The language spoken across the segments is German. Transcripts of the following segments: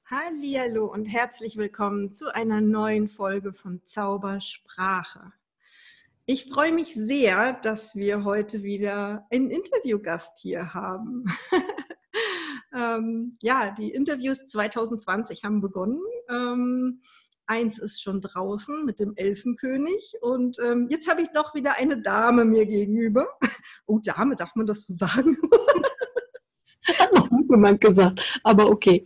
Hallihallo und herzlich willkommen zu einer neuen Folge von Zaubersprache. Ich freue mich sehr, dass wir heute wieder einen Interviewgast hier haben. Die Interviews 2020 haben begonnen. Eins ist schon draußen mit dem Elfenkönig und jetzt habe ich doch wieder eine Dame mir gegenüber. Oh, Dame, darf man das so sagen? Hat noch niemand gesagt, aber okay.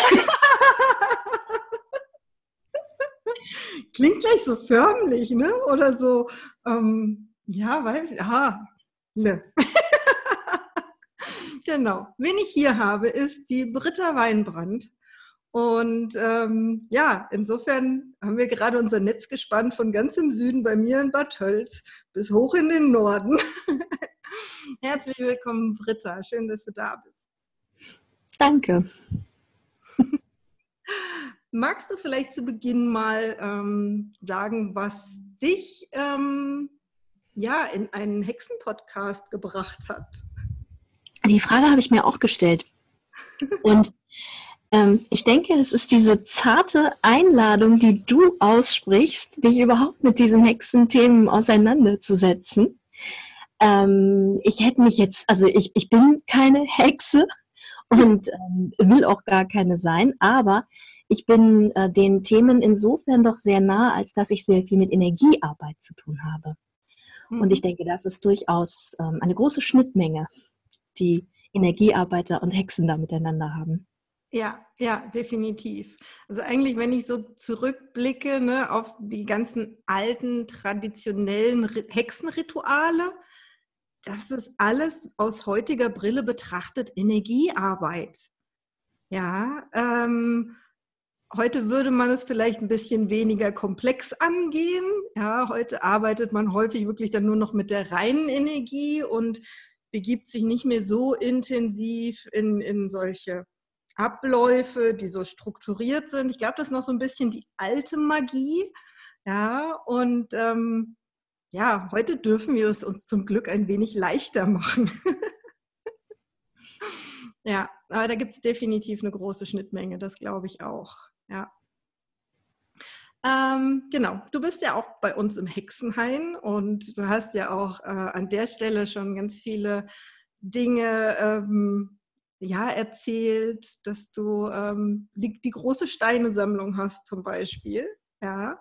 Klingt gleich so förmlich, ne? Oder so, weiß ich, ne. Genau. Wen ich hier habe, ist die Britta Weinbrand. Und insofern haben wir gerade unser Netz gespannt von ganz im Süden bei mir in Bad Tölz bis hoch in den Norden. Herzlich willkommen, Britta. Schön, dass du da bist. Danke. Magst du vielleicht zu Beginn mal sagen, was dich in einen Hexenpodcast gebracht hat? Die Frage habe ich mir auch gestellt. Und ich denke, es ist diese zarte Einladung, die du aussprichst, dich überhaupt mit diesen Hexenthemen auseinanderzusetzen. Ich bin keine Hexe und will auch gar keine sein, aber ich bin den Themen insofern doch sehr nah, als dass ich sehr viel mit Energiearbeit zu tun habe. Und ich denke, das ist durchaus eine große Schnittmenge, die Energiearbeiter und Hexen da miteinander haben. Ja, definitiv. Also eigentlich, wenn ich so zurückblicke, ne, auf die ganzen alten, traditionellen Hexenrituale, das ist alles aus heutiger Brille betrachtet Energiearbeit. Ja, heute würde man es vielleicht ein bisschen weniger komplex angehen. Ja, heute arbeitet man häufig wirklich dann nur noch mit der reinen Energie und begibt sich nicht mehr so intensiv in solche Abläufe, die so strukturiert sind. Ich glaube, das ist noch so ein bisschen die alte Magie. Ja, und heute dürfen wir es uns zum Glück ein wenig leichter machen. Ja, aber da gibt es definitiv eine große Schnittmenge, das glaube ich auch. Ja. Genau, du bist ja auch bei uns im Hexenhain und du hast ja auch an der Stelle schon ganz viele Dinge erzählt, dass du die große Steinesammlung hast zum Beispiel. Ja.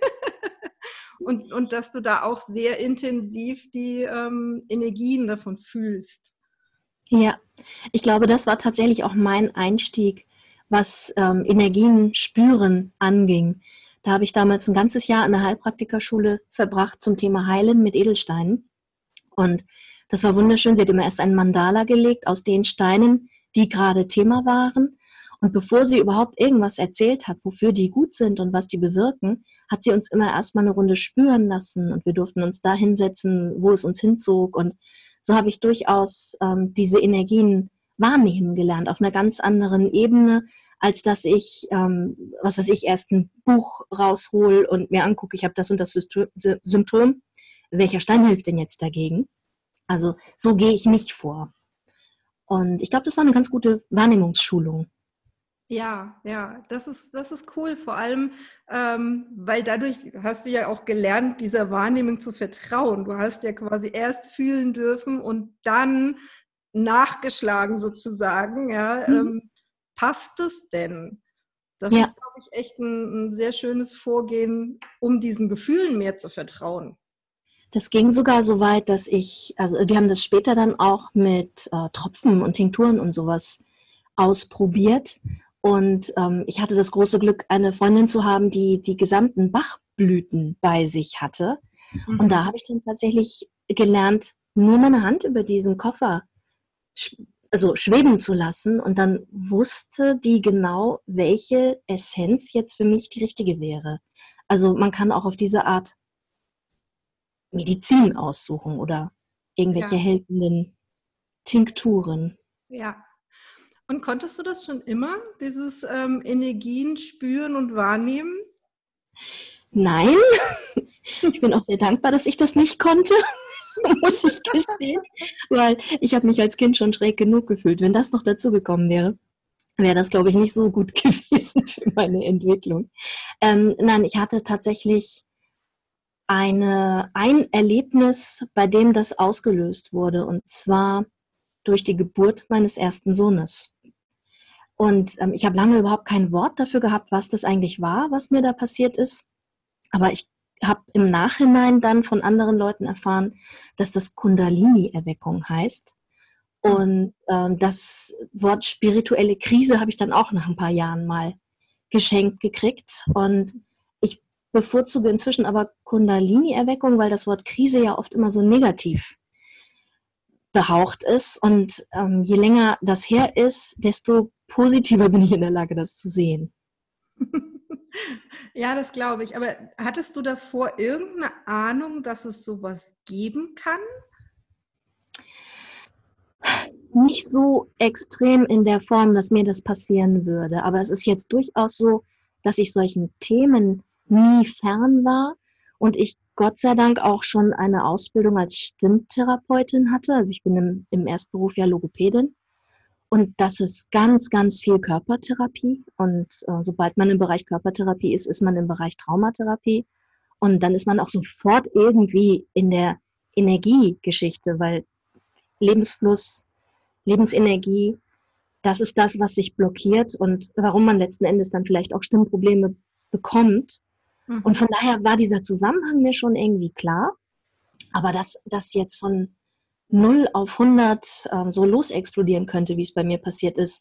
Und dass du da auch sehr intensiv die Energien davon fühlst. Ja, ich glaube, das war tatsächlich auch mein Einstieg, was Energien spüren anging. Da habe ich damals ein ganzes Jahr an der Heilpraktikerschule verbracht zum Thema Heilen mit Edelsteinen. Und das war wunderschön. Sie hat immer erst einen Mandala gelegt aus den Steinen, die gerade Thema waren. Und bevor sie überhaupt irgendwas erzählt hat, wofür die gut sind und was die bewirken, hat sie uns immer erstmal eine Runde spüren lassen. Und wir durften uns da hinsetzen, wo es uns hinzog. Und so habe ich durchaus diese Energien wahrnehmen gelernt, auf einer ganz anderen Ebene, als dass ich, erst ein Buch raushol und mir angucke, ich habe das und das Symptom. Welcher Stein hilft denn jetzt dagegen? Also so gehe ich nicht vor. Und ich glaube, das war eine ganz gute Wahrnehmungsschulung. Ja, das ist cool, vor allem, weil dadurch hast du ja auch gelernt, dieser Wahrnehmung zu vertrauen. Du hast ja quasi erst fühlen dürfen und dann nachgeschlagen sozusagen, ja, passt es denn? Das ist, glaube ich, echt ein sehr schönes Vorgehen, um diesen Gefühlen mehr zu vertrauen. Das ging sogar so weit, dass wir haben das später dann auch mit Tropfen und Tinkturen und sowas ausprobiert. Und ich hatte das große Glück, eine Freundin zu haben, die die gesamten Bachblüten bei sich hatte. Mhm. Und da habe ich dann tatsächlich gelernt, nur meine Hand über diesen Koffer schweben zu lassen. Und dann wusste die genau, welche Essenz jetzt für mich die richtige wäre. Also man kann auch auf diese Art Medizin aussuchen oder irgendwelche helfenden Tinkturen. Ja. Und konntest du das schon immer, dieses Energien spüren und wahrnehmen? Nein, ich bin auch sehr dankbar, dass ich das nicht konnte, muss ich gestehen, weil ich habe mich als Kind schon schräg genug gefühlt, wenn das noch dazu gekommen wäre. wäre das, glaube ich, nicht so gut gewesen für meine Entwicklung. Nein, ich hatte tatsächlich ein Erlebnis, bei dem das ausgelöst wurde, und zwar durch die Geburt meines ersten Sohnes. Und ich habe lange überhaupt kein Wort dafür gehabt, was das eigentlich war, was mir da passiert ist. Aber ich habe im Nachhinein dann von anderen Leuten erfahren, dass das Kundalini-Erweckung heißt. Und das Wort spirituelle Krise habe ich dann auch nach ein paar Jahren mal geschenkt gekriegt. Und ich bevorzuge inzwischen aber Kundalini-Erweckung, weil das Wort Krise ja oft immer so negativ behaucht ist. Und je länger das her ist, desto positiver bin ich in der Lage, das zu sehen. Ja, das glaube ich. Aber hattest du davor irgendeine Ahnung, dass es sowas geben kann? Nicht so extrem in der Form, dass mir das passieren würde. Aber es ist jetzt durchaus so, dass ich solchen Themen nie fern war und ich Gott sei Dank auch schon eine Ausbildung als Stimmtherapeutin hatte. Also ich bin im Erstberuf ja Logopädin. Und das ist ganz, ganz viel Körpertherapie. Und sobald man im Bereich Körpertherapie ist, ist man im Bereich Traumatherapie. Und dann ist man auch sofort irgendwie in der Energiegeschichte, weil Lebensfluss, Lebensenergie, das ist das, was sich blockiert und warum man letzten Endes dann vielleicht auch Stimmprobleme bekommt. Und von daher war dieser Zusammenhang mir schon irgendwie klar. Aber dass das jetzt von 0 auf 100 so losexplodieren könnte, wie es bei mir passiert ist,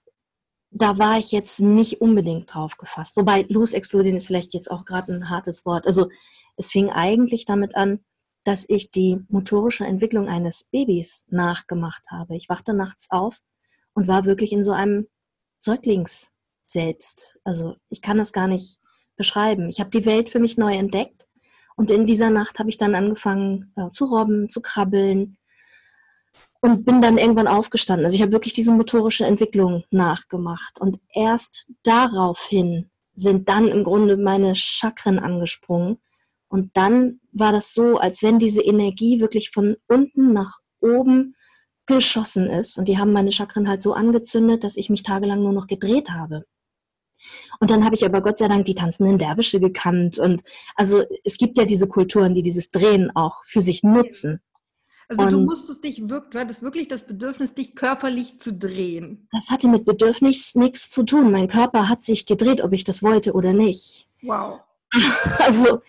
da war ich jetzt nicht unbedingt drauf gefasst. Wobei losexplodieren ist vielleicht jetzt auch gerade ein hartes Wort. Also es fing eigentlich damit an, dass ich die motorische Entwicklung eines Babys nachgemacht habe. Ich wachte nachts auf und war wirklich in so einem Säuglingsselbst. Also ich kann das gar nicht beschreiben. Ich habe die Welt für mich neu entdeckt und in dieser Nacht habe ich dann angefangen zu robben, zu krabbeln und bin dann irgendwann aufgestanden. Also ich habe wirklich diese motorische Entwicklung nachgemacht und erst daraufhin sind dann im Grunde meine Chakren angesprungen. Und dann war das so, als wenn diese Energie wirklich von unten nach oben geschossen ist. Und die haben meine Chakren halt so angezündet, dass ich mich tagelang nur noch gedreht habe. Und dann habe ich aber Gott sei Dank die tanzenden Derwische gekannt. Und also es gibt ja diese Kulturen, die dieses Drehen auch für sich nutzen. Also du hattest wirklich das Bedürfnis, dich körperlich zu drehen. Das hatte mit Bedürfnis nichts zu tun. Mein Körper hat sich gedreht, ob ich das wollte oder nicht. Wow. Also,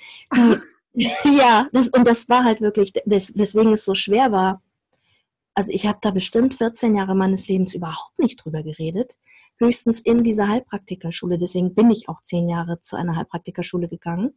ja, das war halt wirklich, weswegen es so schwer war. Also ich habe da bestimmt 14 Jahre meines Lebens überhaupt nicht drüber geredet. Höchstens in dieser Heilpraktikerschule. Deswegen bin ich auch 10 Jahre zu einer Heilpraktikerschule gegangen.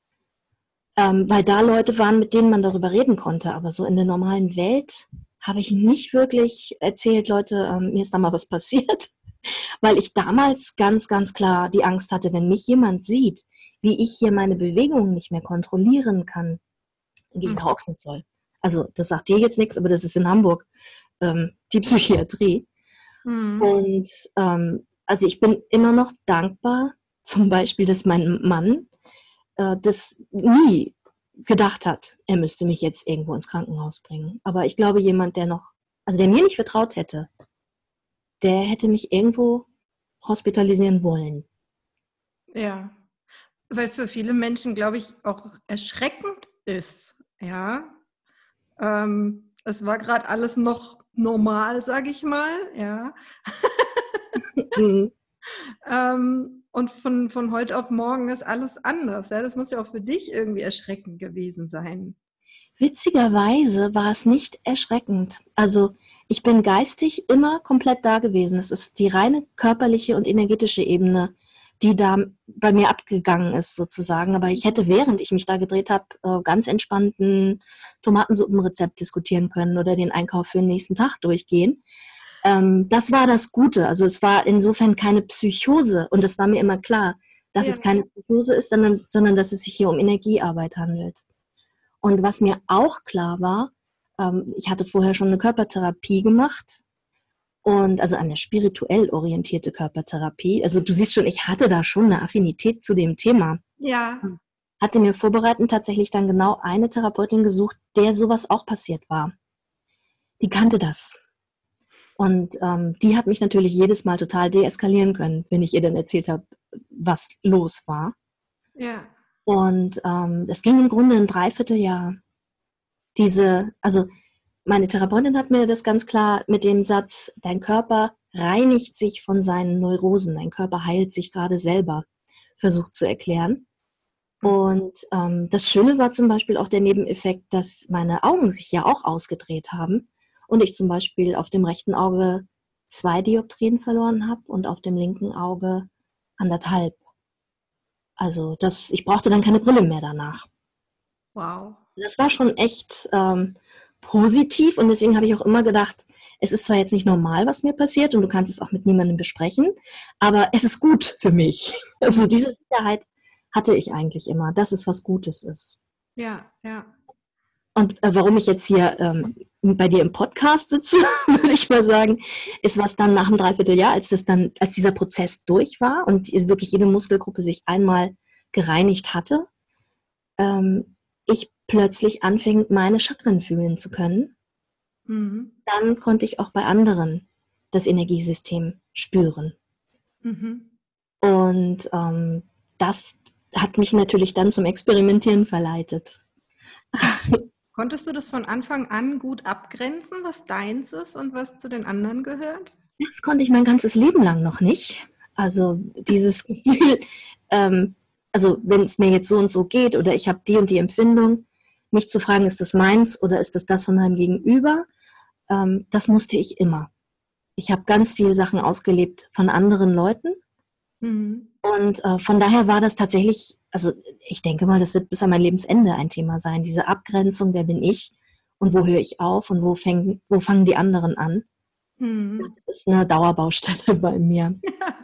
Weil da Leute waren, mit denen man darüber reden konnte. Aber so in der normalen Welt habe ich nicht wirklich erzählt, Leute, mir ist da mal was passiert. Weil ich damals ganz, ganz klar die Angst hatte, wenn mich jemand sieht, wie ich hier meine Bewegungen nicht mehr kontrollieren kann, gehe ich nach Ochsenzoll. Also das sagt dir jetzt nichts, aber das ist in Hamburg die Psychiatrie. Und also ich bin immer noch dankbar, zum Beispiel, dass mein Mann das nie gedacht hat, er müsste mich jetzt irgendwo ins Krankenhaus bringen. Aber ich glaube, jemand, der mir nicht vertraut hätte, der hätte mich irgendwo hospitalisieren wollen. Ja, weil es für viele Menschen, glaube ich, auch erschreckend ist. Ja, es war gerade alles noch normal, sage ich mal. Ja. Und von heute auf morgen ist alles anders. Ja? Das muss ja auch für dich irgendwie erschreckend gewesen sein. Witzigerweise war es nicht erschreckend. Also ich bin geistig immer komplett da gewesen. Es ist die reine körperliche und energetische Ebene, die da bei mir abgegangen ist sozusagen. Aber ich hätte, während ich mich da gedreht habe, ganz entspannt ein Tomatensuppenrezept diskutieren können oder den Einkauf für den nächsten Tag durchgehen. Das war das Gute. Also es war insofern keine Psychose. Und es war mir immer klar, dass es keine Psychose ist, sondern dass es sich hier um Energiearbeit handelt. Und was mir auch klar war, ich hatte vorher schon eine Körpertherapie gemacht. Und also eine spirituell orientierte Körpertherapie. Also du siehst schon, ich hatte da schon eine Affinität zu dem Thema. Ja. Hatte mir vorbereitend tatsächlich dann genau eine Therapeutin gesucht, der sowas auch passiert war. Die kannte das. Und die hat mich natürlich jedes Mal total deeskalieren können, wenn ich ihr dann erzählt habe, was los war. Ja. Und es ging im Grunde ein Dreivierteljahr. Also meine Therapeutin hat mir das ganz klar mit dem Satz, dein Körper reinigt sich von seinen Neurosen, dein Körper heilt sich gerade selber, versucht zu erklären. Und das Schöne war zum Beispiel auch der Nebeneffekt, dass meine Augen sich ja auch ausgedreht haben und ich zum Beispiel auf dem rechten Auge 2 Dioptrien verloren habe und auf dem linken Auge 1,5. Also ich brauchte dann keine Brille mehr danach. Wow. Das war schon echt positiv und deswegen habe ich auch immer gedacht, es ist zwar jetzt nicht normal, was mir passiert und du kannst es auch mit niemandem besprechen, aber es ist gut für mich. Also diese Sicherheit hatte ich eigentlich immer, dass es was Gutes ist. Ja, ja. Und warum ich jetzt hier bei dir im Podcast sitze, würde ich mal sagen, ist was dann nach einem Dreivierteljahr, als dieser Prozess durch war und wirklich jede Muskelgruppe sich einmal gereinigt hatte, ich plötzlich anfing, meine Chakren fühlen zu können. Mhm. Dann konnte ich auch bei anderen das Energiesystem spüren. Mhm. Und das hat mich natürlich dann zum Experimentieren verleitet. Konntest du das von Anfang an gut abgrenzen, was deins ist und was zu den anderen gehört? Das konnte ich mein ganzes Leben lang noch nicht. Also dieses Gefühl, also wenn es mir jetzt so und so geht oder ich habe die und die Empfindung, mich zu fragen, ist das meins oder ist das von meinem Gegenüber, das musste ich immer. Ich habe ganz viele Sachen ausgelebt von anderen Leuten. Mhm. Und von daher war das tatsächlich, also ich denke mal, das wird bis an mein Lebensende ein Thema sein, diese Abgrenzung, wer bin ich und wo höre ich auf und wo fangen die anderen an. Mhm. Das ist eine Dauerbaustelle bei mir.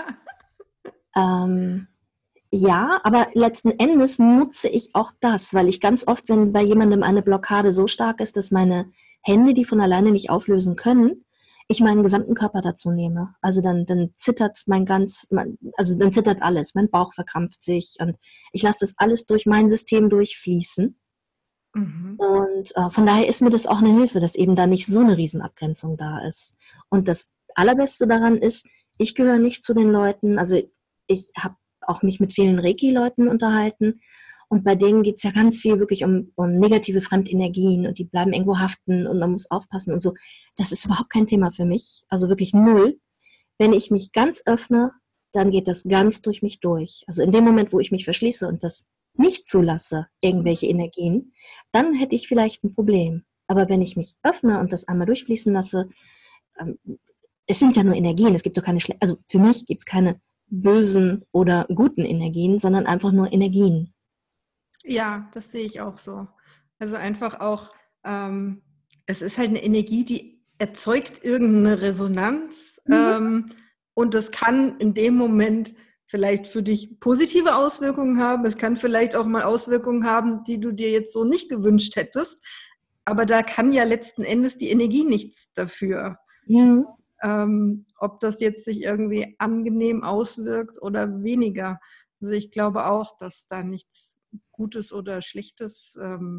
Ja, aber letzten Endes nutze ich auch das, weil ich ganz oft, wenn bei jemandem eine Blockade so stark ist, dass meine Hände die von alleine nicht auflösen können, ich meinen gesamten Körper dazu nehme. Also dann zittert dann zittert alles, mein Bauch verkrampft sich und ich lasse das alles durch mein System durchfließen. Mhm. Und von daher ist mir das auch eine Hilfe, dass eben da nicht so eine Riesenabgrenzung da ist. Und das Allerbeste daran ist, ich gehöre nicht zu den Leuten, also ich habe auch mich mit vielen Reiki-Leuten unterhalten und bei denen geht es ja ganz viel wirklich um negative Fremdenergien und die bleiben irgendwo haften und man muss aufpassen und so. Das ist überhaupt kein Thema für mich, also wirklich null. Wenn ich mich ganz öffne, dann geht das ganz durch mich durch. Also in dem Moment, wo ich mich verschließe und das nicht zulasse, irgendwelche Energien, dann hätte ich vielleicht ein Problem. Aber wenn ich mich öffne und das einmal durchfließen lasse, ähm, es sind ja nur Energien, es gibt doch also für mich gibt es keine bösen oder guten Energien, sondern einfach nur Energien. Ja, das sehe ich auch so. Also einfach auch, es ist halt eine Energie, die erzeugt irgendeine Resonanz und das kann in dem Moment vielleicht für dich positive Auswirkungen haben. Es kann vielleicht auch mal Auswirkungen haben, die du dir jetzt so nicht gewünscht hättest. Aber da kann ja letzten Endes die Energie nichts dafür. Mhm. Ob das jetzt sich irgendwie angenehm auswirkt oder weniger. Also ich glaube auch, dass da nichts Gutes oder Schlechtes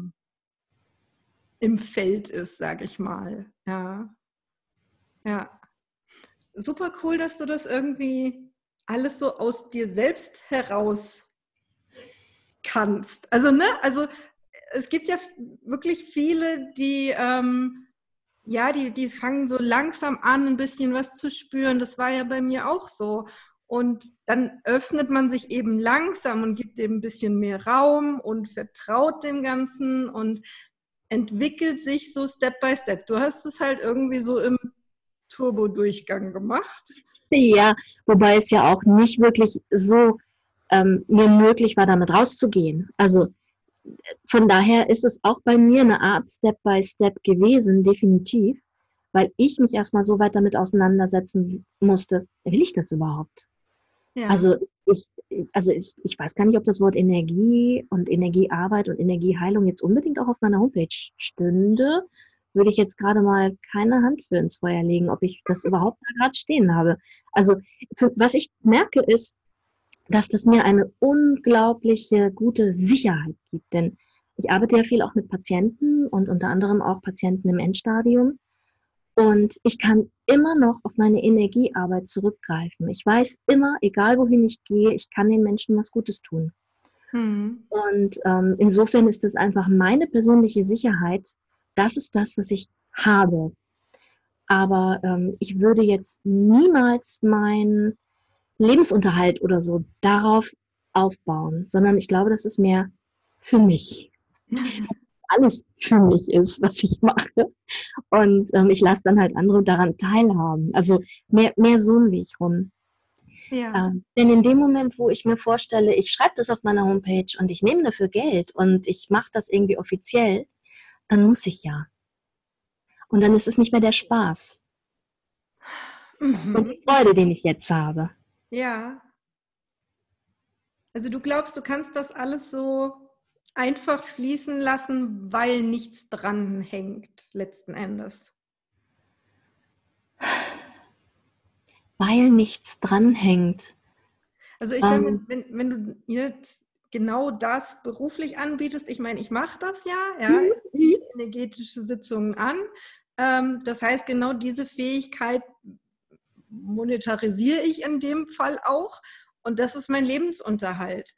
im Feld ist, sage ich mal. Ja, ja. Super cool, dass du das irgendwie alles so aus dir selbst heraus kannst. Also es gibt ja wirklich viele, die die fangen so langsam an, ein bisschen was zu spüren. Das war ja bei mir auch so. Und dann öffnet man sich eben langsam und gibt dem ein bisschen mehr Raum und vertraut dem Ganzen und entwickelt sich so Step by Step. Du hast es halt irgendwie so im Turbo-Durchgang gemacht. Ja, wobei es ja auch nicht wirklich so mir möglich war, damit rauszugehen. Also von daher ist es auch bei mir eine Art Step-by-Step gewesen, definitiv, weil ich mich erstmal so weit damit auseinandersetzen musste, will ich das überhaupt? Ja. Also ich weiß gar nicht, ob das Wort Energie und Energiearbeit und Energieheilung jetzt unbedingt auch auf meiner Homepage stünde. Würde ich jetzt gerade mal keine Hand für ins Feuer legen, ob ich das überhaupt da gerade stehen habe. Also was ich merke ist, dass das mir eine unglaubliche gute Sicherheit gibt. Denn ich arbeite ja viel auch mit Patienten und unter anderem auch Patienten im Endstadium. Und ich kann immer noch auf meine Energiearbeit zurückgreifen. Ich weiß immer, egal wohin ich gehe, ich kann den Menschen was Gutes tun. Mhm. Und insofern ist das einfach meine persönliche Sicherheit. Das ist das, was ich habe. Aber ich würde jetzt niemals meinen Lebensunterhalt oder so darauf aufbauen, sondern ich glaube, das ist mehr für mich. Alles für mich ist, was ich mache. Und ich lasse dann halt andere daran teilhaben. Also mehr so ein Weg rum. Ja. Denn in dem Moment, wo ich mir vorstelle, ich schreibe das auf meiner Homepage und ich nehme dafür Geld und ich mache das irgendwie offiziell, dann muss ich ja. Und dann ist es nicht mehr der Spaß und Mhm. die Freude, den ich jetzt habe. Ja. Also du glaubst, du kannst das alles so einfach fließen lassen, weil nichts dran hängt, letzten Endes. Weil nichts dranhängt. Also ich sage mal, wenn du jetzt genau das beruflich anbietest, ich meine, ich mache das ja, ich biete energetische Sitzungen an. Das heißt, genau diese Fähigkeit monetarisiere ich in dem Fall auch und das ist mein Lebensunterhalt.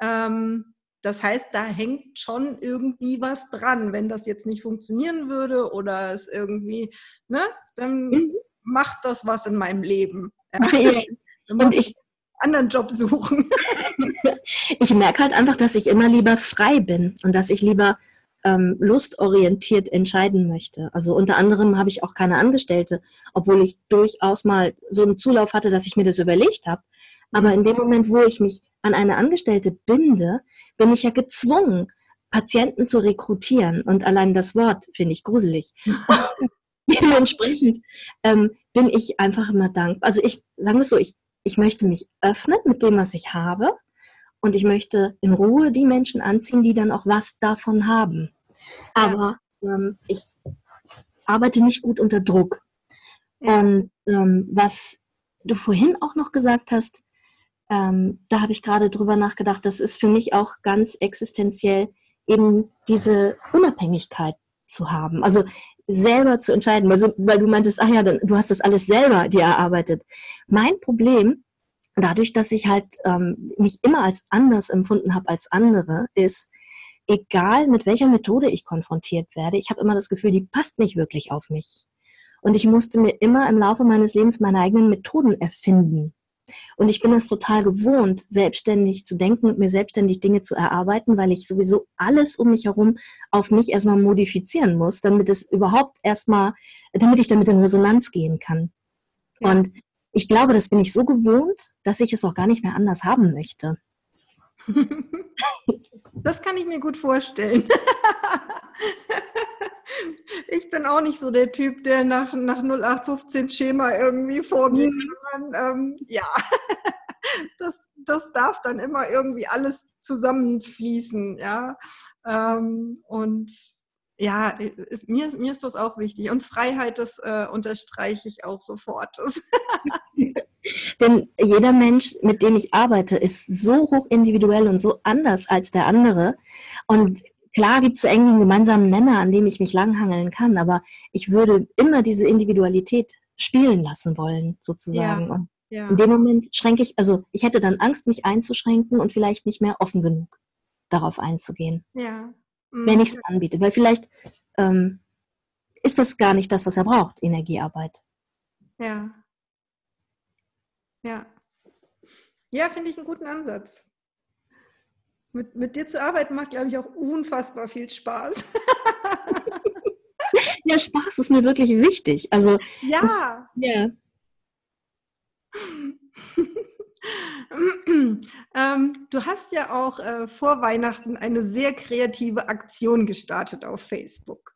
Das heißt, da hängt schon irgendwie was dran. Wenn das jetzt nicht funktionieren würde oder es irgendwie, ne, dann macht das was in meinem Leben. Ja? Dann Und muss ich einen anderen Job suchen. ich merke halt einfach, dass ich immer lieber frei bin und dass ich lieber lustorientiert entscheiden möchte. Also unter anderem habe ich auch keine Angestellte, obwohl ich durchaus mal so einen Zulauf hatte, dass ich mir das überlegt habe. Aber in dem Moment, wo ich mich an eine Angestellte binde, bin ich ja gezwungen, Patienten zu rekrutieren. Und allein das Wort finde ich gruselig. Dementsprechend bin ich einfach immer dankbar. Also sagen wir es so, ich möchte mich öffnen mit dem, was ich habe. Und ich möchte in Ruhe die Menschen anziehen, die dann auch was davon haben. Aber ich arbeite nicht gut unter Druck. Ja. Und was du vorhin auch noch gesagt hast, da habe ich gerade drüber nachgedacht, das ist für mich auch ganz existenziell, eben diese Unabhängigkeit zu haben. Also selber zu entscheiden, weil du meintest, ach ja, du hast das alles selber dir erarbeitet. Mein Problem, dadurch, dass ich halt mich immer als anders empfunden habe als andere, ist, egal mit welcher Methode ich konfrontiert werde, ich habe immer das Gefühl, die passt nicht wirklich auf mich. Und ich musste mir immer im Laufe meines Lebens meine eigenen Methoden erfinden. Und ich bin es total gewohnt, selbstständig zu denken und mir selbstständig Dinge zu erarbeiten, weil ich sowieso alles um mich herum auf mich erstmal modifizieren muss, damit ich damit in Resonanz gehen kann. Ja. Und ich glaube, das bin ich so gewohnt, dass ich es auch gar nicht mehr anders haben möchte. Das kann ich mir gut vorstellen. Ich bin auch nicht so der Typ, der nach 0815 Schema irgendwie vorgeht, sondern ja, das darf dann immer irgendwie alles zusammenfließen, ja. Und ja, mir ist das auch wichtig. Und Freiheit, das unterstreiche ich auch sofort. Denn jeder Mensch, mit dem ich arbeite, ist so hoch individuell und so anders als der andere. Und klar gibt es einen gemeinsamen Nenner, an dem ich mich langhangeln kann, aber ich würde immer diese Individualität spielen lassen wollen, sozusagen. Ja, und ja. In dem Moment ich hätte dann Angst, mich einzuschränken und vielleicht nicht mehr offen genug darauf einzugehen. Ja. Wenn ich es anbiete. Weil vielleicht ist das gar nicht das, was er braucht, Energiearbeit. Ja. Ja. Ja, finde ich einen guten Ansatz. Mit dir zu arbeiten macht, glaube ich, auch unfassbar viel Spaß. Ja, Spaß ist mir wirklich wichtig. Also, ja. Du hast ja auch vor Weihnachten eine sehr kreative Aktion gestartet auf Facebook.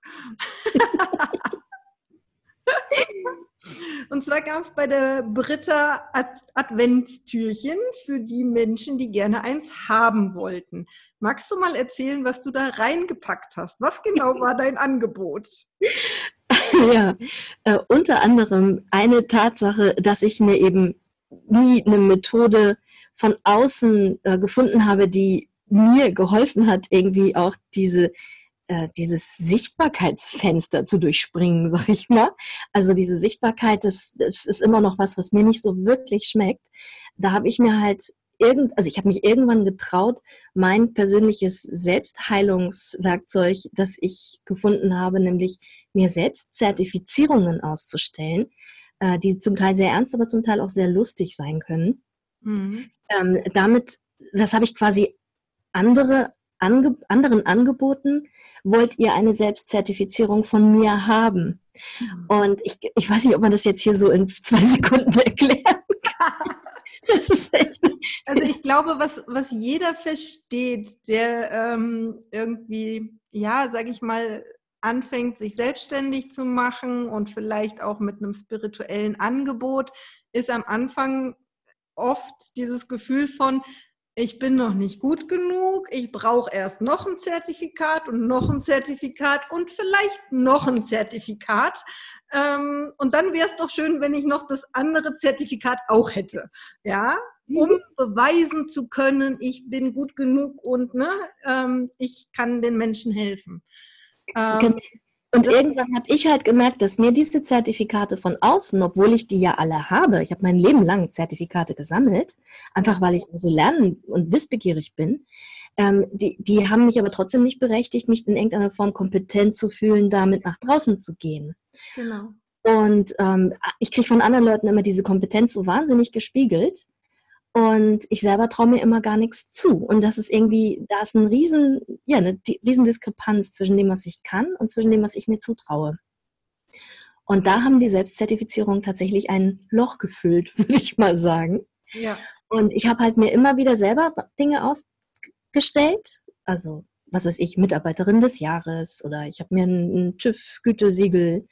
Und zwar gab es bei der Britta Adventstürchen für die Menschen, die gerne eins haben wollten. Magst du mal erzählen, was du da reingepackt hast? Was genau war dein Angebot? Ja, unter anderem eine Tatsache, dass ich mir eben nie eine Methode von außen gefunden habe, die mir geholfen hat, irgendwie auch diese dieses Sichtbarkeitsfenster zu durchspringen, sag ich mal. Also diese Sichtbarkeit, das ist immer noch was mir nicht so wirklich schmeckt. Da habe ich mir halt also ich habe mich irgendwann getraut, mein persönliches Selbstheilungswerkzeug, das ich gefunden habe, nämlich mir selbst Zertifizierungen auszustellen, die zum Teil sehr ernst, aber zum Teil auch sehr lustig sein können. Mhm. Das habe ich quasi anderen angeboten, wollt ihr eine Selbstzertifizierung von mir haben? Und ich weiß nicht, ob man das jetzt hier so in 2 Sekunden erklären kann. Das ist echt Also ich glaube, was jeder versteht, der irgendwie, ja, sage ich mal, anfängt, sich selbstständig zu machen und vielleicht auch mit einem spirituellen Angebot, ist am Anfang oft dieses Gefühl von, ich bin noch nicht gut genug, ich brauche erst noch ein Zertifikat und noch ein Zertifikat und vielleicht noch ein Zertifikat. Und dann wäre es doch schön, wenn ich noch das andere Zertifikat auch hätte, ja, um beweisen zu können, ich bin gut genug und ich kann den Menschen helfen. Und irgendwann habe ich halt gemerkt, dass mir diese Zertifikate von außen, obwohl ich die ja alle habe, ich habe mein Leben lang Zertifikate gesammelt, einfach weil ich so lernen und wissbegierig bin, die haben mich aber trotzdem nicht berechtigt, mich in irgendeiner Form kompetent zu fühlen, damit nach draußen zu gehen. Genau. Und ich kriege von anderen Leuten immer diese Kompetenz so wahnsinnig gespiegelt. Und ich selber traue mir immer gar nichts zu. Und das ist irgendwie, da ist eine riesen Diskrepanz zwischen dem, was ich kann und zwischen dem, was ich mir zutraue. Und da haben die Selbstzertifizierungen tatsächlich ein Loch gefüllt, würde ich mal sagen. Ja. Und ich habe halt mir immer wieder selber Dinge ausgestellt. Also, was weiß ich, Mitarbeiterin des Jahres oder ich habe mir ein TÜV-Gütesiegel,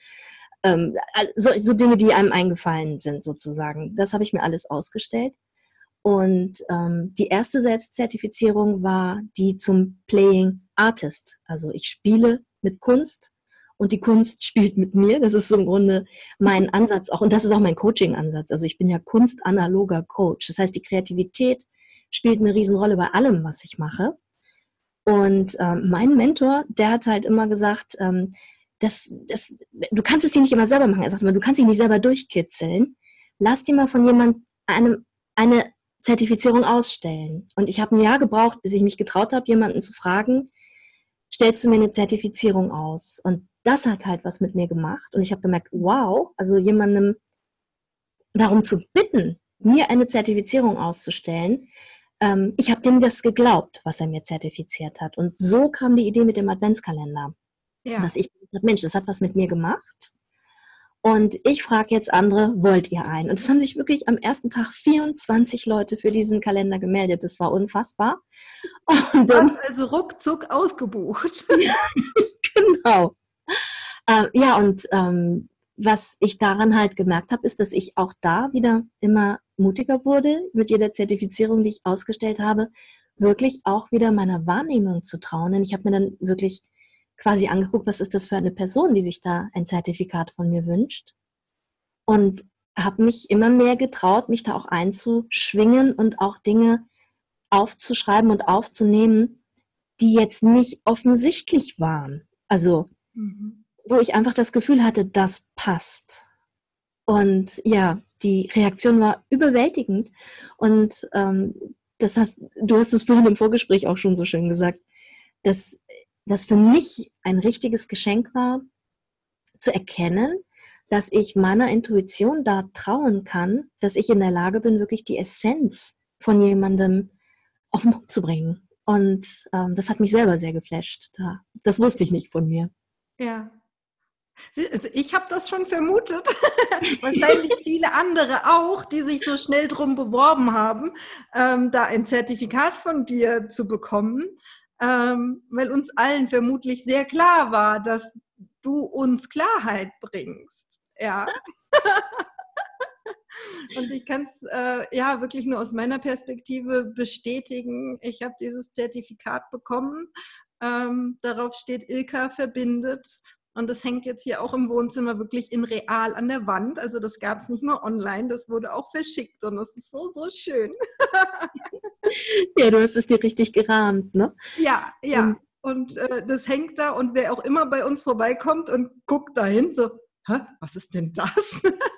so Dinge, die einem eingefallen sind sozusagen. Das habe ich mir alles ausgestellt. Und die erste Selbstzertifizierung war die zum Playing Artist. Also ich spiele mit Kunst und die Kunst spielt mit mir. Das ist so im Grunde mein Ansatz auch. Und das ist auch mein Coaching-Ansatz. Also ich bin ja kunstanaloger Coach. Das heißt, die Kreativität spielt eine Riesenrolle bei allem, was ich mache. Und mein Mentor, der hat halt immer gesagt, du kannst es dir nicht immer selber machen. Er sagt immer, du kannst dich nicht selber durchkitzeln. Lass dir mal von jemandem eine Zertifizierung ausstellen. Und ich habe ein Jahr gebraucht, bis ich mich getraut habe, jemanden zu fragen, stellst du mir eine Zertifizierung aus? Und das hat halt was mit mir gemacht. Und ich habe gemerkt, wow, also jemandem darum zu bitten, mir eine Zertifizierung auszustellen, ich habe dem das geglaubt, was er mir zertifiziert hat. Und so kam die Idee mit dem Adventskalender. Ja. Dass ich gesagt habe, Mensch, das hat was mit mir gemacht. Und ich frage jetzt andere, wollt ihr einen? Und es haben sich wirklich am ersten Tag 24 Leute für diesen Kalender gemeldet. Das war unfassbar. Und dann, du hast also ruckzuck ausgebucht. Genau. Was ich daran halt gemerkt habe, ist, dass ich auch da wieder immer mutiger wurde, mit jeder Zertifizierung, die ich ausgestellt habe, wirklich auch wieder meiner Wahrnehmung zu trauen. Denn ich habe mir dann wirklich quasi angeguckt, was ist das für eine Person, die sich da ein Zertifikat von mir wünscht. Und habe mich immer mehr getraut, mich da auch einzuschwingen und auch Dinge aufzuschreiben und aufzunehmen, die jetzt nicht offensichtlich waren. Also, wo ich einfach das Gefühl hatte, das passt. Und ja, die Reaktion war überwältigend. Und du hast es vorhin im Vorgespräch auch schon so schön gesagt, dass das für mich ein richtiges Geschenk war, zu erkennen, dass ich meiner Intuition da trauen kann, dass ich in der Lage bin, wirklich die Essenz von jemandem auf den Punkt zu bringen. Und das hat mich selber sehr geflasht. Das wusste ich nicht von mir. Ja. Also ich habe das schon vermutet. Wahrscheinlich viele andere auch, die sich so schnell drum beworben haben, da ein Zertifikat von dir zu bekommen. Weil uns allen vermutlich sehr klar war, dass du uns Klarheit bringst. Ja. Und ich kann es wirklich nur aus meiner Perspektive bestätigen. Ich habe dieses Zertifikat bekommen. Darauf steht Ilka verbindet. Und das hängt jetzt hier auch im Wohnzimmer wirklich in real an der Wand. Also das gab es nicht nur online, das wurde auch verschickt. Und das ist so, so schön. Ja, du hast es dir richtig gerahmt, ne? Ja, ja. Und das hängt da und wer auch immer bei uns vorbeikommt und guckt dahin, so, hä, was ist denn das?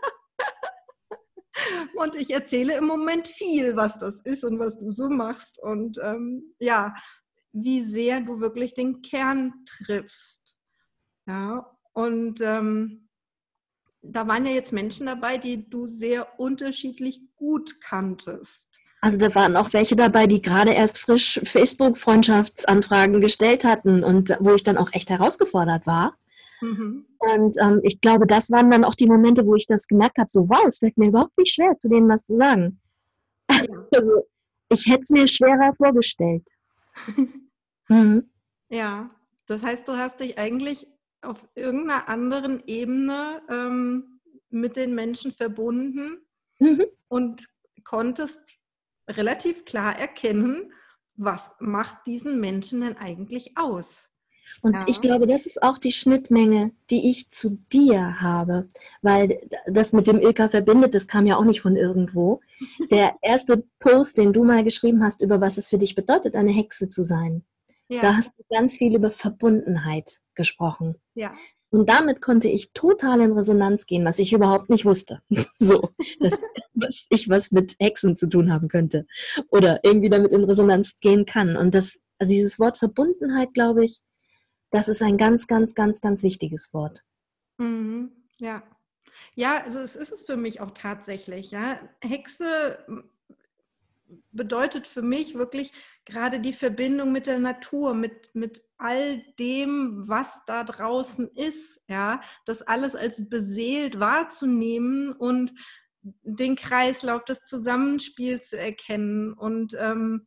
Und ich erzähle im Moment viel, was das ist und was du so machst. Und ja, wie sehr du wirklich den Kern triffst. Ja, und da waren ja jetzt Menschen dabei, die du sehr unterschiedlich gut kanntest. Also da waren auch welche dabei, die gerade erst frisch Facebook-Freundschaftsanfragen gestellt hatten und wo ich dann auch echt herausgefordert war. Mhm. Und ich glaube, das waren dann auch die Momente, wo ich das gemerkt habe, so wow, es fällt mir überhaupt nicht schwer, zu denen was zu sagen. Ja. Also ich hätte es mir schwerer vorgestellt. Mhm. Ja, das heißt, du hast dich eigentlich auf irgendeiner anderen Ebene mit den Menschen verbunden Mhm. und konntest relativ klar erkennen, was macht diesen Menschen denn eigentlich aus? Und Ja. ich glaube, das ist auch die Schnittmenge, die ich zu dir habe, weil das mit dem Ilka verbindet, das kam ja auch nicht von irgendwo. Der erste Post, den du mal geschrieben hast, über was es für dich bedeutet, eine Hexe zu sein, Ja. da hast du ganz viel über Verbundenheit gesprochen. Ja. Und damit konnte ich total in Resonanz gehen, was ich überhaupt nicht wusste. So, dass ich was mit Hexen zu tun haben könnte oder irgendwie damit in Resonanz gehen kann. Und das, also dieses Wort Verbundenheit, glaube ich, das ist ein ganz, ganz, ganz, ganz wichtiges Wort. Mhm. Ja. Ja, also es ist es für mich auch tatsächlich. Ja. Hexe bedeutet für mich wirklich gerade die Verbindung mit der Natur, mit all dem, was da draußen ist, ja, das alles als beseelt wahrzunehmen und den Kreislauf, das Zusammenspiel zu erkennen und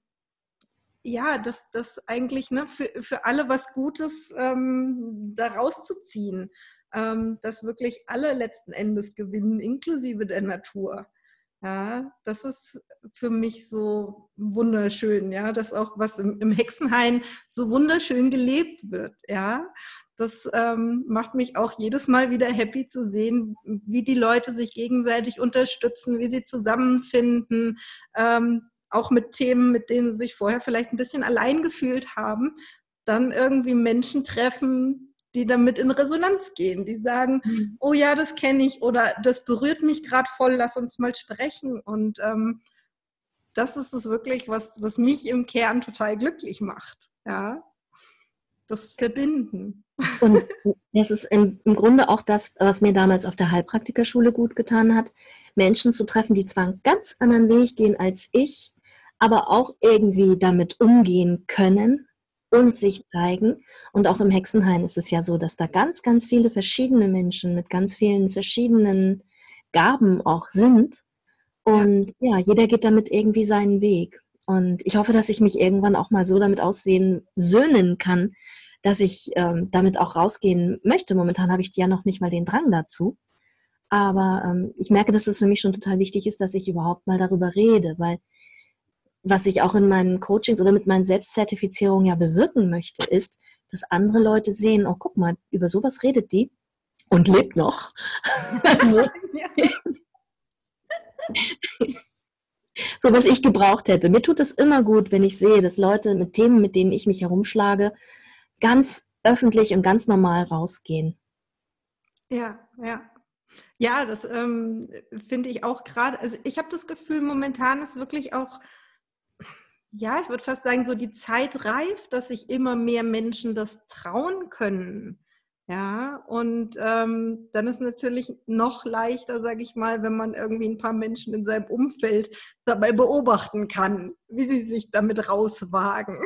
ja, das eigentlich für alle was Gutes da rauszuziehen, dass wirklich alle letzten Endes gewinnen, inklusive der Natur. Ja, das ist für mich so wunderschön, ja, dass auch was im Hexenhain so wunderschön gelebt wird, ja. Das macht mich auch jedes Mal wieder happy zu sehen, wie die Leute sich gegenseitig unterstützen, wie sie zusammenfinden, auch mit Themen, mit denen sie sich vorher vielleicht ein bisschen allein gefühlt haben, dann irgendwie Menschen treffen, die damit in Resonanz gehen, die sagen, oh ja, das kenne ich oder das berührt mich gerade voll, lass uns mal sprechen. Und das ist es wirklich, was mich im Kern total glücklich macht. Ja, das Verbinden. Und das ist im Grunde auch das, was mir damals auf der Heilpraktikerschule gut getan hat, Menschen zu treffen, die zwar einen ganz anderen Weg gehen als ich, aber auch irgendwie damit umgehen können und sich zeigen. Und auch im Hexenhain ist es ja so, dass da ganz, ganz viele verschiedene Menschen mit ganz vielen verschiedenen Gaben auch sind. Und ja, jeder geht damit irgendwie seinen Weg. Und ich hoffe, dass ich mich irgendwann auch mal so damit aussehen, söhnen kann, dass ich damit auch rausgehen möchte. Momentan habe ich ja noch nicht mal den Drang dazu. Aber ich merke, dass es für mich schon total wichtig ist, dass ich überhaupt mal darüber rede, weil was ich auch in meinen Coachings oder mit meinen Selbstzertifizierungen ja bewirken möchte, ist, dass andere Leute sehen, oh, guck mal, über sowas redet die und lebt noch. Also, so was ich gebraucht hätte. Mir tut es immer gut, wenn ich sehe, dass Leute mit Themen, mit denen ich mich herumschlage, ganz öffentlich und ganz normal rausgehen. Ja, ja. Ja, das finde ich auch gerade, also ich habe das Gefühl, momentan ist wirklich auch, ja, ich würde fast sagen, so die Zeit reif, dass sich immer mehr Menschen das trauen können. Ja, und dann ist natürlich noch leichter, sage ich mal, wenn man irgendwie ein paar Menschen in seinem Umfeld dabei beobachten kann, wie sie sich damit rauswagen.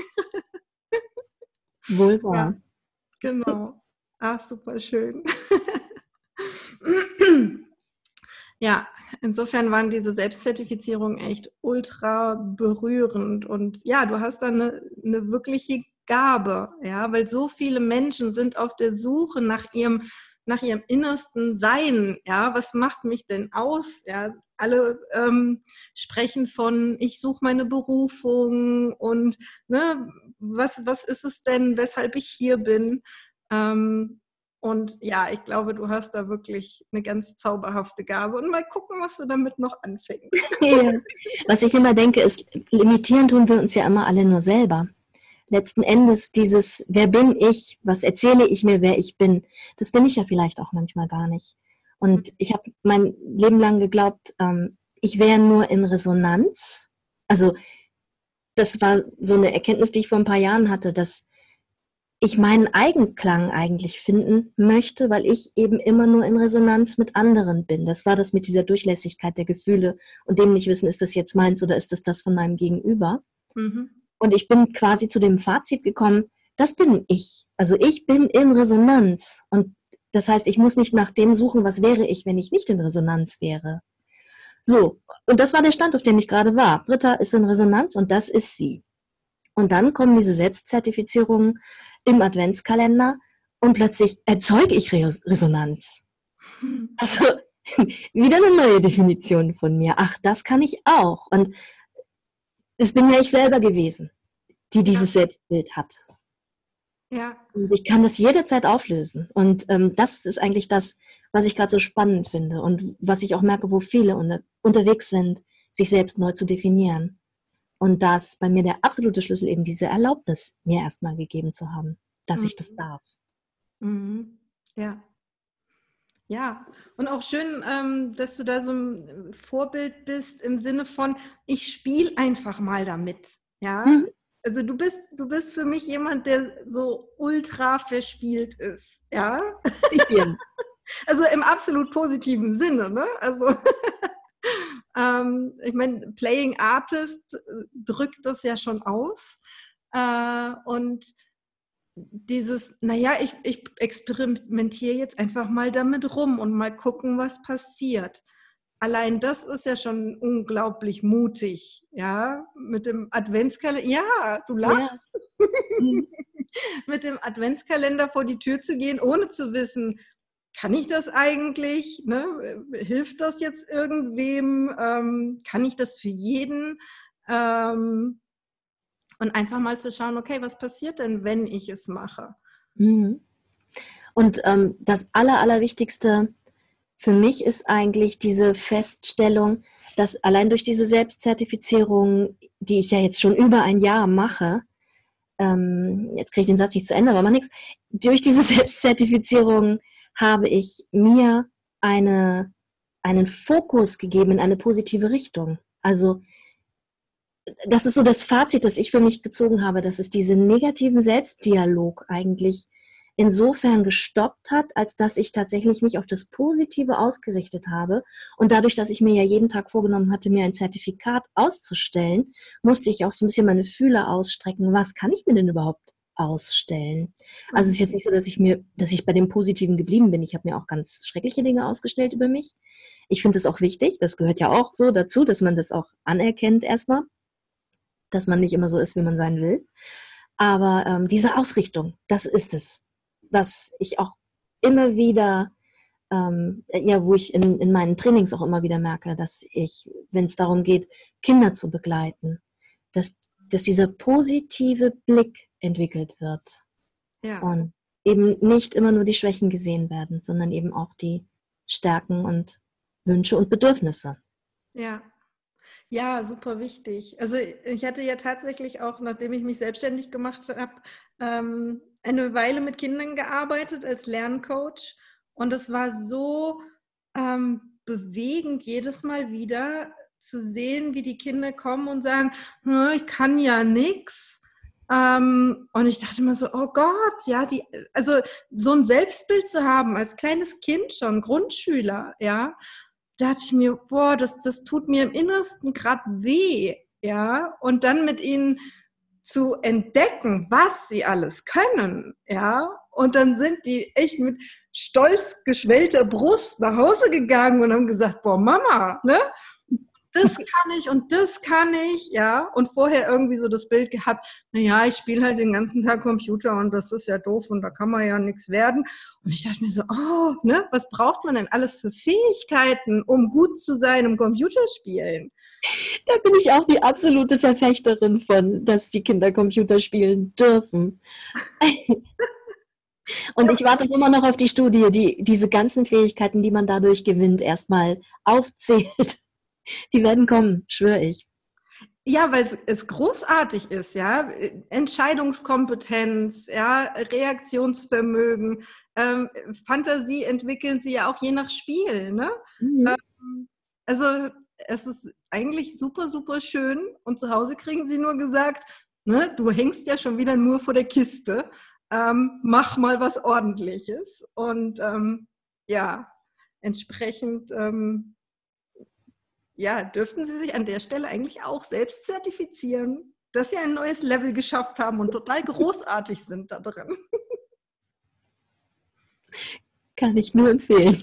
Wohl wahr. Ja, genau. Ach, super schön. Ja, insofern waren diese Selbstzertifizierungen echt ultra berührend. Und ja, du hast da eine wirkliche Gabe, ja, weil so viele Menschen sind auf der Suche nach ihrem innersten Sein. Ja, was macht mich denn aus? Ja, alle sprechen von, ich suche meine Berufung und ne, was ist es denn, weshalb ich hier bin? Und ja, ich glaube, du hast da wirklich eine ganz zauberhafte Gabe. Und mal gucken, was du damit noch anfängst. Ja. Was ich immer denke, ist, limitieren tun wir uns ja immer alle nur selber. letzten Endes dieses, wer bin ich, was erzähle ich mir, wer ich bin, das bin ich ja vielleicht auch manchmal gar nicht. Und ich habe mein Leben lang geglaubt, ich wäre nur in Resonanz. Also das war so eine Erkenntnis, die ich vor ein paar Jahren hatte, dass ich meinen Eigenklang eigentlich finden möchte, weil ich eben immer nur in Resonanz mit anderen bin. Das war das mit dieser Durchlässigkeit der Gefühle und dem nicht wissen, ist das jetzt meins oder ist das von meinem Gegenüber. Mhm. Und ich bin quasi zu dem Fazit gekommen, das bin ich. Also ich bin in Resonanz. Und das heißt, ich muss nicht nach dem suchen, was wäre ich, wenn ich nicht in Resonanz wäre. So, und das war der Stand, auf dem ich gerade war. Britta ist in Resonanz und das ist sie. Und dann kommen diese Selbstzertifizierungen im Adventskalender und plötzlich erzeuge ich Resonanz. Also wieder eine neue Definition von mir. Ach, das kann ich auch. Und es bin ja ich selber gewesen, die dieses Selbstbild hat. Ja. Und ich kann das jederzeit auflösen. Und das ist eigentlich das, was ich gerade so spannend finde und was ich auch merke, wo viele unterwegs sind, sich selbst neu zu definieren. Und da ist bei mir der absolute Schlüssel eben diese Erlaubnis, mir erstmal gegeben zu haben, dass ich das darf. Mhm. Ja. Ja, und auch schön, dass du da so ein Vorbild bist im Sinne von, ich spiele einfach mal damit. Ja, also du bist für mich jemand, der so ultra verspielt ist. Ja, also im absolut positiven Sinne. Ne? Also ich meine, Playing Artist drückt das ja schon aus. Und dieses, naja, ich experimentiere jetzt einfach mal damit rum und mal gucken, was passiert. Allein das ist ja schon unglaublich mutig, ja, mit dem Adventskalender, ja, du lachst, ja. Mit dem Adventskalender vor die Tür zu gehen, ohne zu wissen, kann ich das eigentlich, ne? Hilft das jetzt irgendwem, kann ich das für jeden? Und einfach mal zu schauen, okay, was passiert denn, wenn ich es mache? Und das Allerwichtigste für mich ist eigentlich diese Feststellung, dass allein durch diese Selbstzertifizierung, die ich ja jetzt schon über ein Jahr mache, jetzt kriege ich den Satz nicht zu Ende, aber macht nichts, durch diese Selbstzertifizierung habe ich mir einen Fokus gegeben in eine positive Richtung. Also das ist so das Fazit, das ich für mich gezogen habe, dass es diesen negativen Selbstdialog eigentlich insofern gestoppt hat, als dass ich tatsächlich mich auf das Positive ausgerichtet habe. Und dadurch, dass ich mir ja jeden Tag vorgenommen hatte, mir ein Zertifikat auszustellen, musste ich auch so ein bisschen meine Fühler ausstrecken. Was kann ich mir denn überhaupt ausstellen? Also es ist jetzt nicht so, dass ich bei dem Positiven geblieben bin. Ich habe mir auch ganz schreckliche Dinge ausgestellt über mich. Ich finde es auch wichtig, das gehört ja auch so dazu, dass man das auch anerkennt erstmal, dass man nicht immer so ist, wie man sein will. Aber diese Ausrichtung, das ist es, was ich auch immer wieder, wo ich in meinen Trainings auch immer wieder merke, dass ich, wenn es darum geht, Kinder zu begleiten, dass dieser positive Blick entwickelt wird. Ja. Und eben nicht immer nur die Schwächen gesehen werden, sondern eben auch die Stärken und Wünsche und Bedürfnisse. Ja. Ja, super wichtig. Also ich hatte ja tatsächlich auch, nachdem ich mich selbstständig gemacht habe, eine Weile mit Kindern gearbeitet als Lerncoach. Und es war so bewegend, jedes Mal wieder zu sehen, wie die Kinder kommen und sagen, ich kann ja nichts. Und ich dachte immer so, oh Gott, ja, also so ein Selbstbild zu haben als kleines Kind schon, Grundschüler, ja. Da dachte ich mir, boah, das tut mir im Innersten gerade weh, ja, und dann mit ihnen zu entdecken, was sie alles können, ja, und dann sind die echt mit stolz geschwellter Brust nach Hause gegangen und haben gesagt, boah, Mama, ne, das kann ich und das kann ich, ja, und vorher irgendwie so das Bild gehabt, naja, ich spiele halt den ganzen Tag Computer und das ist ja doof und da kann man ja nichts werden. Und ich dachte mir so, oh, ne, was braucht man denn alles für Fähigkeiten, um gut zu sein im Computerspielen? Da bin ich auch die absolute Verfechterin von, dass die Kinder Computer spielen dürfen. Und ich warte immer noch auf die Studie, die diese ganzen Fähigkeiten, die man dadurch gewinnt, erstmal aufzählt. Die werden kommen, schwöre ich. Ja, weil es großartig ist, ja. Entscheidungskompetenz, ja, Reaktionsvermögen, Fantasie entwickeln sie ja auch je nach Spiel, ne? Mhm. Also es ist eigentlich super, super schön und zu Hause kriegen sie nur gesagt, ne, du hängst ja schon wieder nur vor der Kiste, mach mal was Ordentliches und ja, entsprechend ja, dürften Sie sich an der Stelle eigentlich auch selbst zertifizieren, dass Sie ein neues Level geschafft haben und total großartig sind da drin. Kann ich nur empfehlen.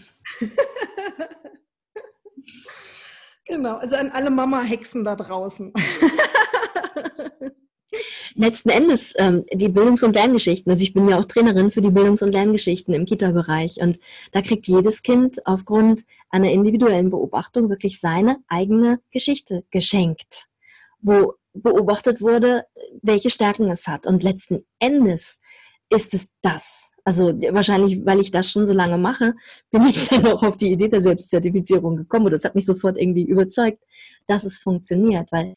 Genau, also an alle Mama-Hexen da draußen. Letzten Endes die Bildungs- und Lerngeschichten. Also ich bin ja auch Trainerin für die Bildungs- und Lerngeschichten im Kita-Bereich und da kriegt jedes Kind aufgrund einer individuellen Beobachtung wirklich seine eigene Geschichte geschenkt, wo beobachtet wurde, welche Stärken es hat. Und letzten Endes ist es das. Also wahrscheinlich, weil ich das schon so lange mache, bin ich dann auch auf die Idee der Selbstzertifizierung gekommen. Und das hat mich sofort irgendwie überzeugt, dass es funktioniert, weil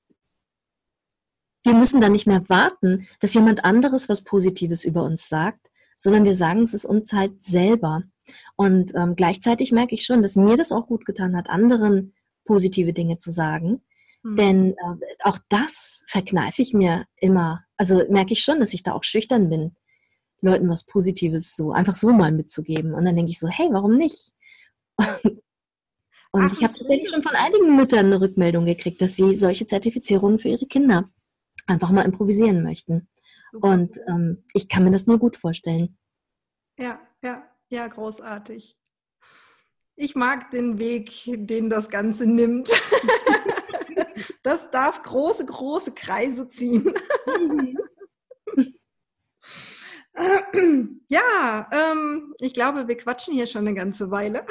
wir müssen dann nicht mehr warten, dass jemand anderes was Positives über uns sagt, sondern wir sagen es uns halt selber. Und gleichzeitig merke ich schon, dass mir das auch gut getan hat, anderen positive Dinge zu sagen. Denn auch das verkneife ich mir immer. Also merke ich schon, dass ich da auch schüchtern bin, Leuten was Positives so einfach so mal mitzugeben. Und dann denke ich so, hey, warum nicht? Ja. Und Ach, ich habe tatsächlich schon von einigen Müttern eine Rückmeldung gekriegt, dass sie solche Zertifizierungen für ihre Kinder einfach mal improvisieren möchten. super. Und ich kann mir das nur gut vorstellen. Ja, ja, ja, großartig. Ich mag den Weg, den das Ganze nimmt. Das darf große, große Kreise ziehen. Ja, ich glaube, wir quatschen hier schon eine ganze Weile.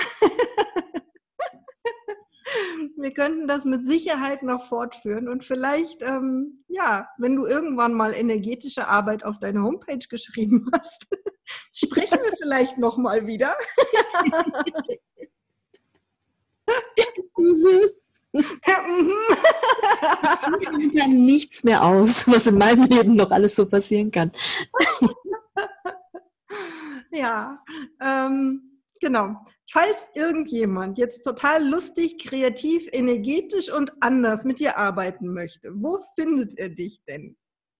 Wir könnten das mit Sicherheit noch fortführen und vielleicht, ja, wenn du irgendwann mal energetische Arbeit auf deine Homepage geschrieben hast, sprechen wir vielleicht noch mal wieder. Ich schließe momentan nichts mehr aus, was in meinem Leben noch alles so passieren kann. Ja, genau. Falls irgendjemand jetzt total lustig, kreativ, energetisch und anders mit dir arbeiten möchte, wo findet er dich denn?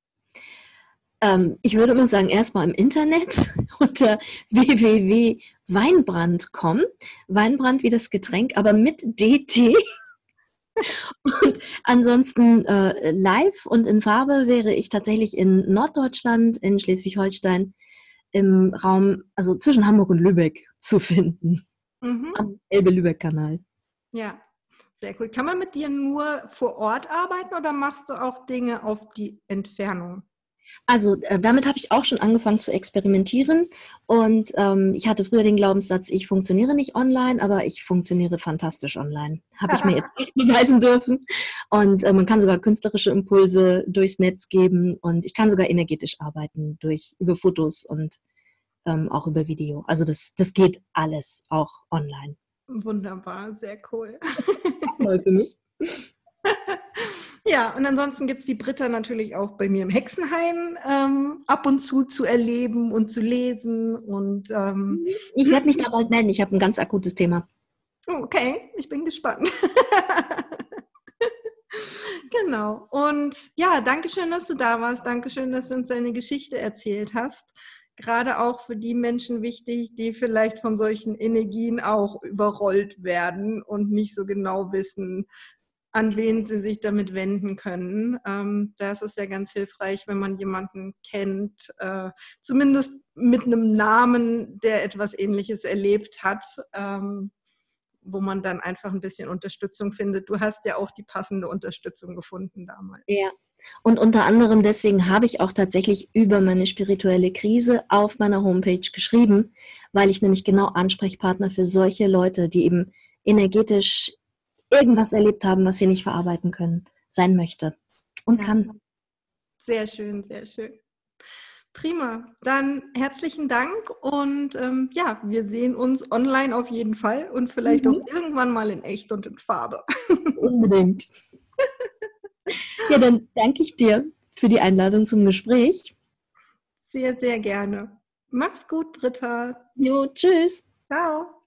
Ich würde mal sagen, erstmal im Internet unter www.weinbrand.com. Weinbrand wie das Getränk, aber mit DT. Und ansonsten live und in Farbe wäre ich tatsächlich in Norddeutschland, in Schleswig-Holstein, im Raum, also zwischen Hamburg und Lübeck zu finden. Am Elbe-Lübeck-Kanal. Ja, sehr cool. Kann man mit dir nur vor Ort arbeiten oder machst du auch Dinge auf die Entfernung? Also damit habe ich auch schon angefangen zu experimentieren und ich hatte früher den Glaubenssatz, ich funktioniere nicht online, aber ich funktioniere fantastisch online. Habe ich mir jetzt auch beweisen dürfen und man kann sogar künstlerische Impulse durchs Netz geben und ich kann sogar energetisch arbeiten über Fotos und auch über Video. Also das geht alles auch online. Wunderbar, sehr cool. Neu für mich. Ja, und ansonsten gibt es die Britta natürlich auch bei mir im Hexenhain ab und zu erleben und zu lesen. Und ich werde mich da bald melden. Ich habe ein ganz akutes Thema. Okay, ich bin gespannt. Genau. Und ja, danke schön, dass du da warst. Danke schön, dass du uns deine Geschichte erzählt hast. Gerade auch für die Menschen wichtig, die vielleicht von solchen Energien auch überrollt werden und nicht so genau wissen, an wen sie sich damit wenden können. Da ist es ja ganz hilfreich, wenn man jemanden kennt, zumindest mit einem Namen, der etwas Ähnliches erlebt hat, wo man dann einfach ein bisschen Unterstützung findet. Du hast ja auch die passende Unterstützung gefunden damals. Ja. Und unter anderem deswegen habe ich auch tatsächlich über meine spirituelle Krise auf meiner Homepage geschrieben, weil ich nämlich genau Ansprechpartner für solche Leute, die eben energetisch irgendwas erlebt haben, was sie nicht verarbeiten können, sein möchte und kann. Sehr schön, sehr schön. Prima. Dann herzlichen Dank und ja, wir sehen uns online auf jeden Fall und vielleicht auch irgendwann mal in echt und in Farbe. Unbedingt. Ja, dann danke ich dir für die Einladung zum Gespräch. Sehr, sehr gerne. Mach's gut, Britta. Jo, tschüss. Ciao.